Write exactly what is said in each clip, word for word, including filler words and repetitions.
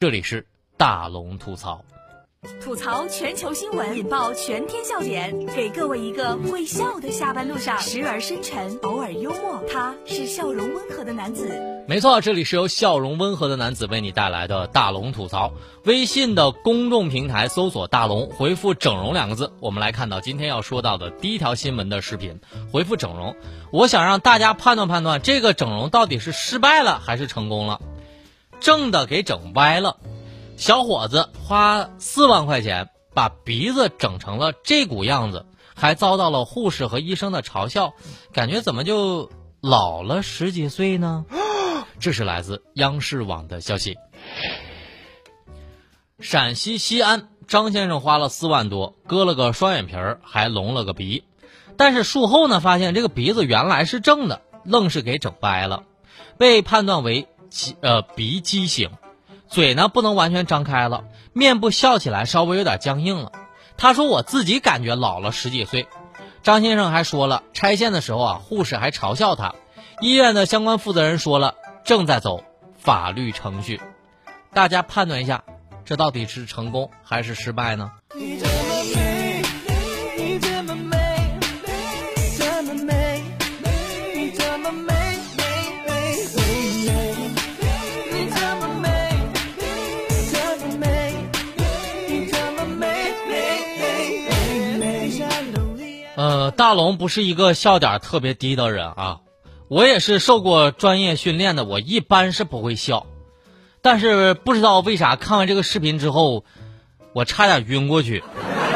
这里是大龙吐槽。 吐槽全球新闻，引爆全天笑点，给各位一个会笑的下班路上，时而深沉，偶尔幽默。他是笑容温和的男子。 没错，这里是由笑容温和的男子为你带来的大龙吐槽。微信的公众平台搜索大龙，回复整容两个字，我们来看到今天要说到的第一条新闻的视频。回复整容，我想让大家判断判断这个整容到底是失败了还是成功了。正的给整歪了，小伙子花四万块钱把鼻子整成了这股样子，还遭到了护士和医生的嘲笑，感觉怎么就老了十几岁呢？这是来自央视网的消息。陕西西安张先生花了四万多割了个双眼皮儿，还隆了个鼻，但是术后呢发现这个鼻子原来是正的，愣是给整歪了，被判断为呃鼻畸形。嘴呢不能完全张开了，面部笑起来稍微有点僵硬了。他说我自己感觉老了十几岁。张先生还说了，拆线的时候啊，护士还嘲笑他。医院的相关负责人说了，正在走法律程序。大家判断一下，这到底是成功还是失败呢？呃，大龙不是一个笑点特别低的人啊，我也是受过专业训练的，我一般是不会笑，但是不知道为啥看完这个视频之后，我差点晕过去。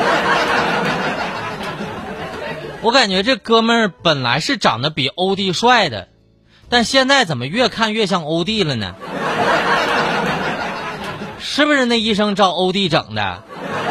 我感觉这哥们儿本来是长得比欧弟帅的，但现在怎么越看越像欧弟了呢？是不是那医生照欧弟整的？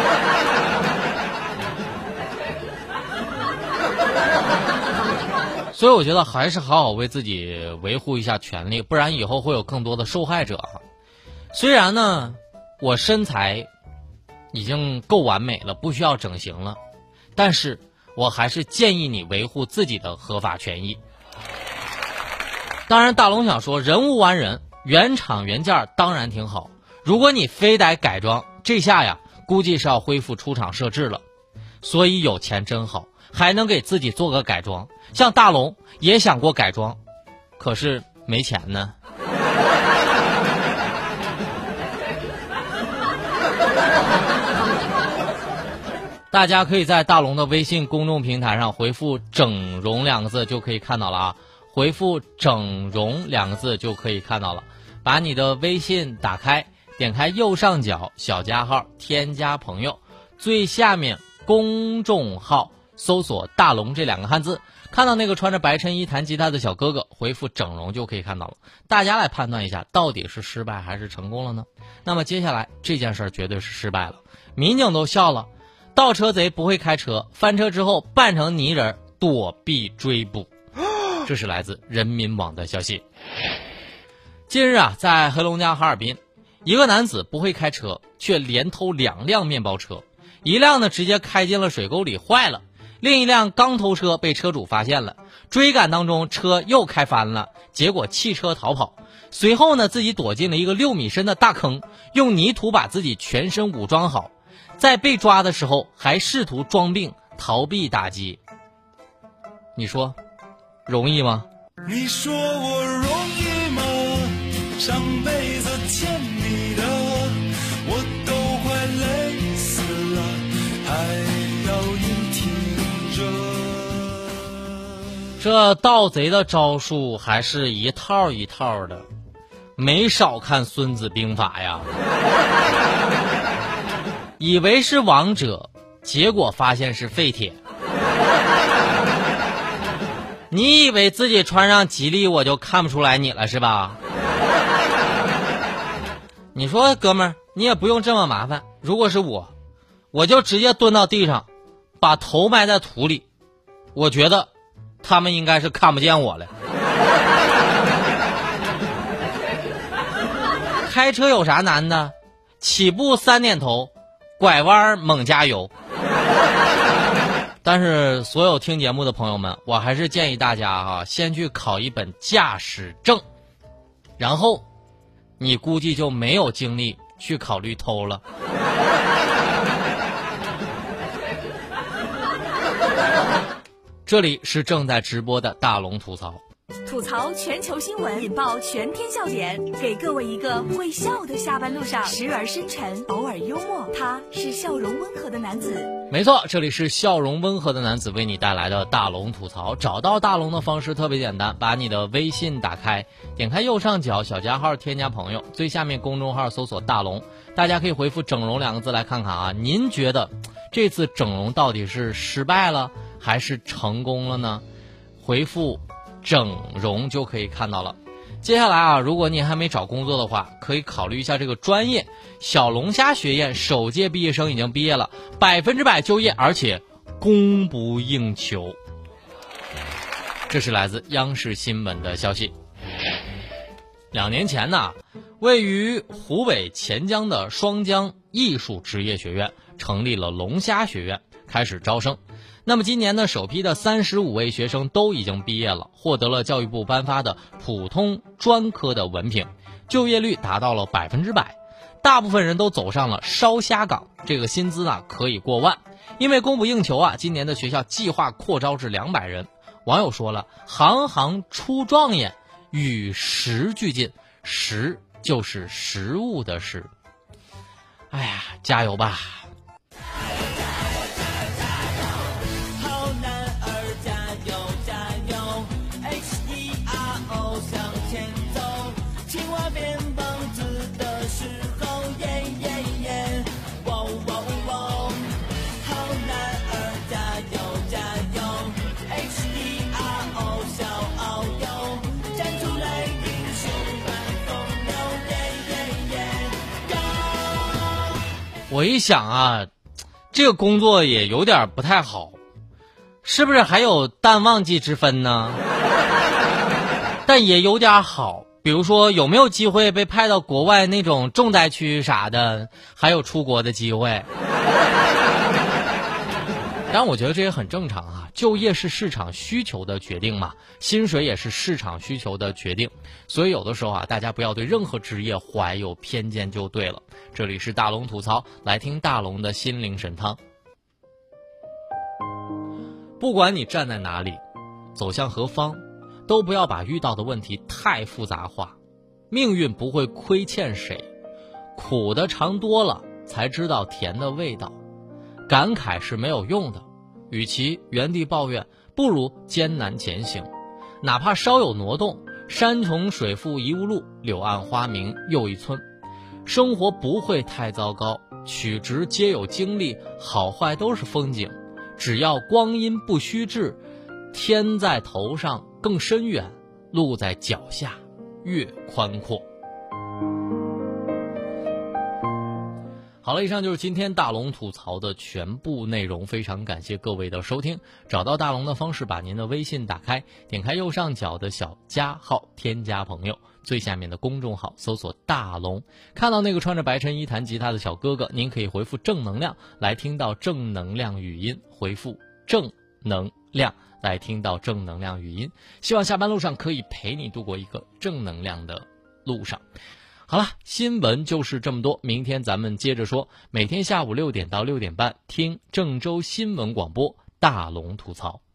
所以我觉得还是好好为自己维护一下权利，不然以后会有更多的受害者。虽然呢，我身材已经够完美了，不需要整形了，但是我还是建议你维护自己的合法权益。当然，大龙想说，人无完人，原厂原件当然挺好。如果你非得改装，这下呀，估计是要恢复出厂设置了。所以有钱真好，还能给自己做个改装。像大龙也想过改装，可是没钱呢。大家可以在大龙的微信公众平台上回复整容两个字就可以看到了啊，回复整容两个字就可以看到了。把你的微信打开，点开右上角小加号，添加朋友，最下面公众号搜索大龙这两个汉字，看到那个穿着白衬衣弹吉他的小哥哥，回复整容就可以看到了。大家来判断一下，到底是失败还是成功了呢？那么接下来这件事绝对是失败了，民警都笑了，盗车贼不会开车，翻车之后扮成泥人躲避追捕。这是来自人民网的消息。近日啊，在黑龙江哈尔滨，一个男子不会开车，却连偷两辆面包车，一辆呢直接开进了水沟里坏了，另一辆刚偷车被车主发现了，追赶当中车又开翻了，结果弃车逃跑。随后呢，自己躲进了一个六米深的大坑，用泥土把自己全身武装好，在被抓的时候还试图装病逃避打击。你说容易吗？ 你说我容易吗？上辈子欠你的我都快累死了，还要你听着。 这盗贼的招数还是一套一套的，没少看《孙子兵法》呀。以为是王者，结果发现是废铁。你以为自己穿上吉利我就看不出来你了是吧？你说哥们儿，你也不用这么麻烦，如果是我，我就直接蹲到地上，把头埋在土里，我觉得他们应该是看不见我了。开车有啥难的？起步三点头，拐弯猛加油。但是所有听节目的朋友们，我还是建议大家啊，先去考一本驾驶证，然后你估计就没有精力去考虑偷了。这里是正在直播的大龙吐槽， 吐槽全球新闻，引爆全天笑点，给各位一个会笑的下班路上，时而深沉，偶尔幽默，他是笑容温和的男子。 没错，这里是笑容温和的男子为你带来的大龙吐槽。找到大龙的方式特别简单，把你的微信打开，点开右上角小加号添加朋友，最下面公众号搜索大龙，大家可以回复整容两个字来看看啊，您觉得这次整容到底是失败了还是成功了呢？回复整容就可以看到了。接下来啊，如果你还没找工作的话，可以考虑一下这个专业。小龙虾学院首届毕业生已经毕业了，百分之百就业，而且供不应求。这是来自央视新闻的消息。两年前呢，位于湖北潜江的双江艺术职业学院成立了龙虾学院，开始招生。那么今年呢，首批的三十五位学生都已经毕业了，获得了教育部颁发的普通专科的文凭，就业率达到了百分之百，大部分人都走上了烧虾岗，这个薪资呢可以过万。因为供不应求啊，今年的学校计划扩招至两百人。网友说了，行行出状元，与时俱进，时就是食物的食。哎呀，加油吧！我一想啊，这个工作也有点不太好，是不是还有淡旺季之分呢？但也有点好，比如说有没有机会被派到国外那种重灾区啥的，还有出国的机会。当然我觉得这也很正常啊，就业是市场需求的决定嘛，薪水也是市场需求的决定，所以有的时候啊，大家不要对任何职业怀有偏见就对了。这里是大龙吐槽，来听大龙的心灵神汤。不管你站在哪里，走向何方，都不要把遇到的问题太复杂化。命运不会亏欠谁，苦的尝多了才知道甜的味道。感慨是没有用的，与其原地抱怨，不如艰难前行。哪怕稍有挪动，山重水复疑无路，柳暗花明又一村。生活不会太糟糕，曲直皆有经历，好坏都是风景。只要光阴不虚掷，天在头上更深远，路在脚下越宽阔。好了，以上就是今天大龙吐槽的全部内容，非常感谢各位的收听。找到大龙的方式，把您的微信打开，点开右上角的小加号，添加朋友，最下面的公众号搜索大龙，看到那个穿着白衬衣弹吉他的小哥哥，您可以回复正能量来听到正能量语音，回复正能量来听到正能量语音。希望下班路上可以陪你度过一个正能量的路上。好了，新闻就是这么多，明天咱们接着说。每天下午六点到六点半，听郑州新闻广播大龙吐槽。